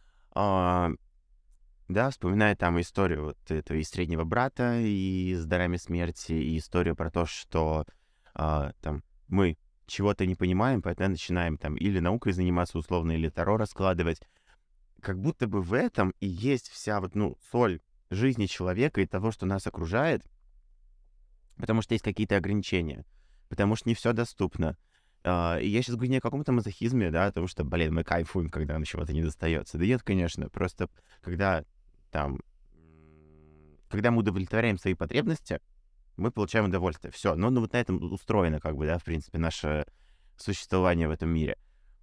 Да, вспоминая там историю вот этого и среднего брата, и с дарами смерти, и историю про то, что там мы чего-то не понимаем, поэтому начинаем там или наукой заниматься условно, или таро раскладывать. Как будто бы в этом и есть вся вот, ну, соль жизни человека и того, что нас окружает, потому что есть какие-то ограничения, потому что не все доступно. И я сейчас говорю не о каком-то мазохизме, да, о том, что, блин, мы кайфуем, когда нам чего-то не достается. Да нет, конечно, просто когда мы удовлетворяем свои потребности, мы получаем удовольствие. Все. Но вот на этом устроено, как бы, да, в принципе, наше существование в этом мире.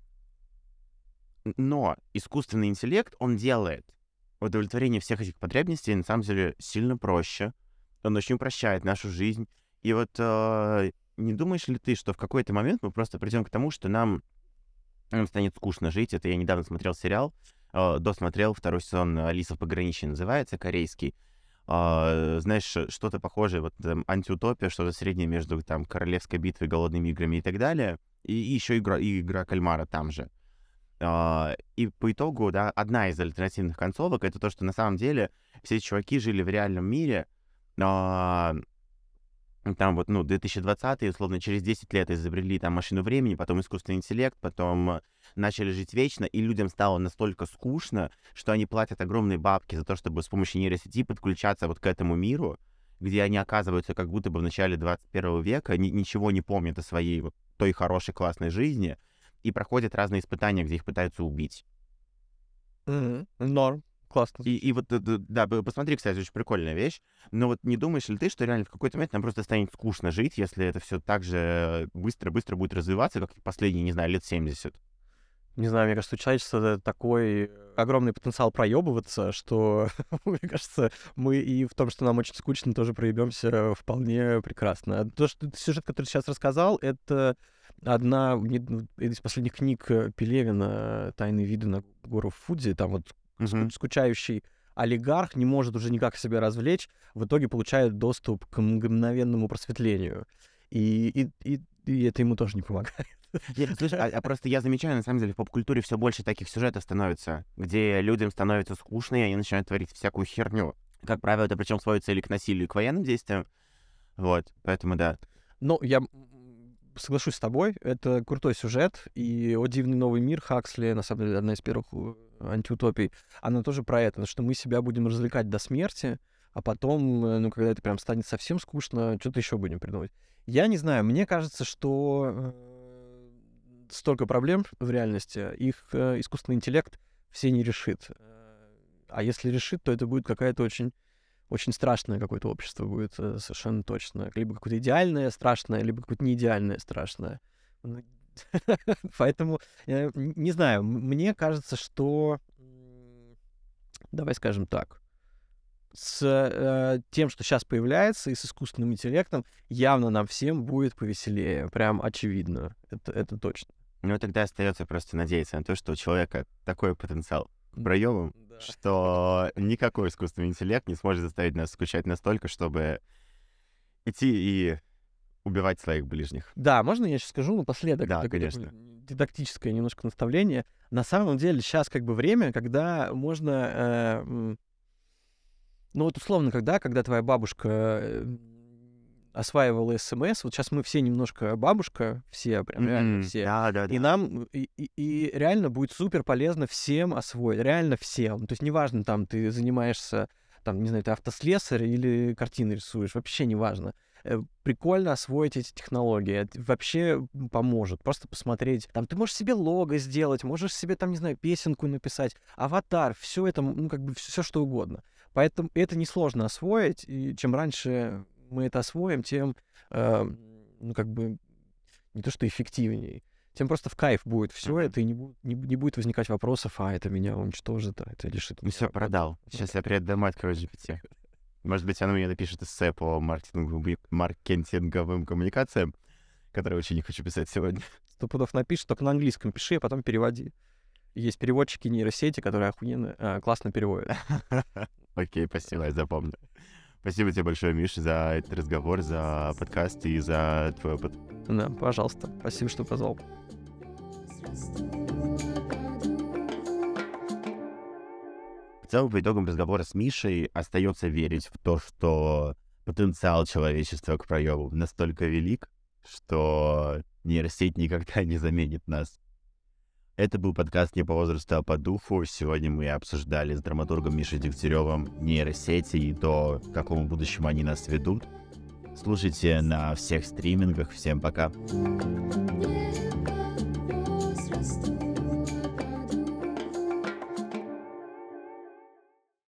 Но искусственный интеллект, он делает удовлетворение всех этих потребностей, на самом деле, сильно проще. Он очень упрощает нашу жизнь. И вот не думаешь ли ты, что в какой-то момент мы просто придем к тому, что нам станет скучно жить? Это я недавно смотрел сериал, досмотрел второй сезон «Алиса в пограничье» называется, корейский. Знаешь, что-то похожее, вот там, антиутопия, что-то среднее между там Королевской битвой, Голодными играми и так далее. И еще игра кальмара там же. И по итогу, да, одна из альтернативных концовок — это то, что на самом деле все эти чуваки жили в реальном мире, там вот, 2020-е, условно, через 10 лет изобрели там машину времени, потом искусственный интеллект, потом начали жить вечно, и людям стало настолько скучно, что они платят огромные бабки за то, чтобы с помощью нейросети подключаться вот к этому миру, где они оказываются как будто бы в начале 21 века, ничего не помнят о своей вот той хорошей классной жизни, и проходят разные испытания, где их пытаются убить. Норм. Классно. И вот, да, посмотри, кстати, очень прикольная вещь. Но вот не думаешь ли ты, что реально в какой-то момент нам просто станет скучно жить, если это все так же быстро-быстро будет развиваться, как последние, не знаю, лет 70? Не знаю, мне кажется, у человечества это такой огромный потенциал проебываться, что, мне кажется, мы и в том, что нам очень скучно, тоже проебемся вполне прекрасно. То, что сюжет, который ты сейчас рассказал, это одна из последних книг Пелевина «Тайные виды на гору Фудзи». Там вот скучающий олигарх не может уже никак себя развлечь, в итоге получает доступ к мгновенному просветлению. И это ему тоже не помогает. Слушай, просто я замечаю, на самом деле, в поп-культуре все больше таких сюжетов становится, где людям становится скучно, и они начинают творить всякую херню. Как правило, это причем сводится или к насилию, и к военным действиям. Вот, поэтому да. Ну, я соглашусь с тобой, это крутой сюжет, и «О дивный новый мир» Хаксли, на самом деле, одна из первых антиутопий, она тоже про это, что мы себя будем развлекать до смерти, а потом, ну, когда это прям станет совсем скучно, что-то еще будем придумывать. Я не знаю, мне кажется, что столько проблем в реальности, их искусственный интеллект все не решит. А если решит, то это будет какая-то очень страшное какое-то общество будет, совершенно точно. Либо какое-то идеальное страшное, либо какое-то неидеальное страшное. Поэтому, не знаю, мне кажется, что... Давай скажем так. С тем, что сейчас появляется, и с искусственным интеллектом, явно нам всем будет повеселее. Прям очевидно. Это точно. Ну, тогда остается просто надеяться на то, что у человека такой потенциал к проебам, что никакой искусственный интеллект не сможет заставить нас скучать настолько, чтобы идти и убивать своих ближних. Да, можно я сейчас скажу напоследок? Да, конечно. Дидактическое немножко наставление. На самом деле сейчас как бы время, когда можно... ну вот условно, когда твоя бабушка осваивала СМС, вот сейчас мы все немножко бабушка, все, прям реально все. Да. И нам, и реально будет супер полезно всем освоить, реально всем. То есть неважно, там, ты занимаешься, там, не знаю, ты автослесарь или картины рисуешь, вообще неважно. Прикольно освоить эти технологии, это вообще поможет. Просто посмотреть, там, ты можешь себе лого сделать, можешь себе, там, не знаю, песенку написать, аватар, все это, ну, как бы, все что угодно. Поэтому это несложно освоить, и чем раньше мы это освоим, тем, ну, как бы, не то что эффективнее, тем просто в кайф будет все это, и не будет возникать вопросов, это меня уничтожит, это лишит меня. Все продал. Сейчас я приеду домой, открою GPT. Может быть, оно мне напишет эссе по маркетинговым коммуникациям, которые очень не хочу писать сегодня. 100 пудов напишешь, только на английском пиши, а потом переводи. Есть переводчики нейросети, которые охуенно, классно переводят. Окей, спасибо, я запомню. Спасибо тебе большое, Миша, за этот разговор, за подкаст и за твой опыт. Да, пожалуйста. Спасибо, что позвал. В целом, по итогам разговора с Мишей остается верить в то, что потенциал человечества к проебу настолько велик, что нейросеть никогда не заменит нас. Это был подкаст «Не по возрасту, а по духу». Сегодня мы обсуждали с драматургом Мишей Дегтяревым нейросети и то, к какому будущему они нас ведут. Слушайте на всех стримингах. Всем пока.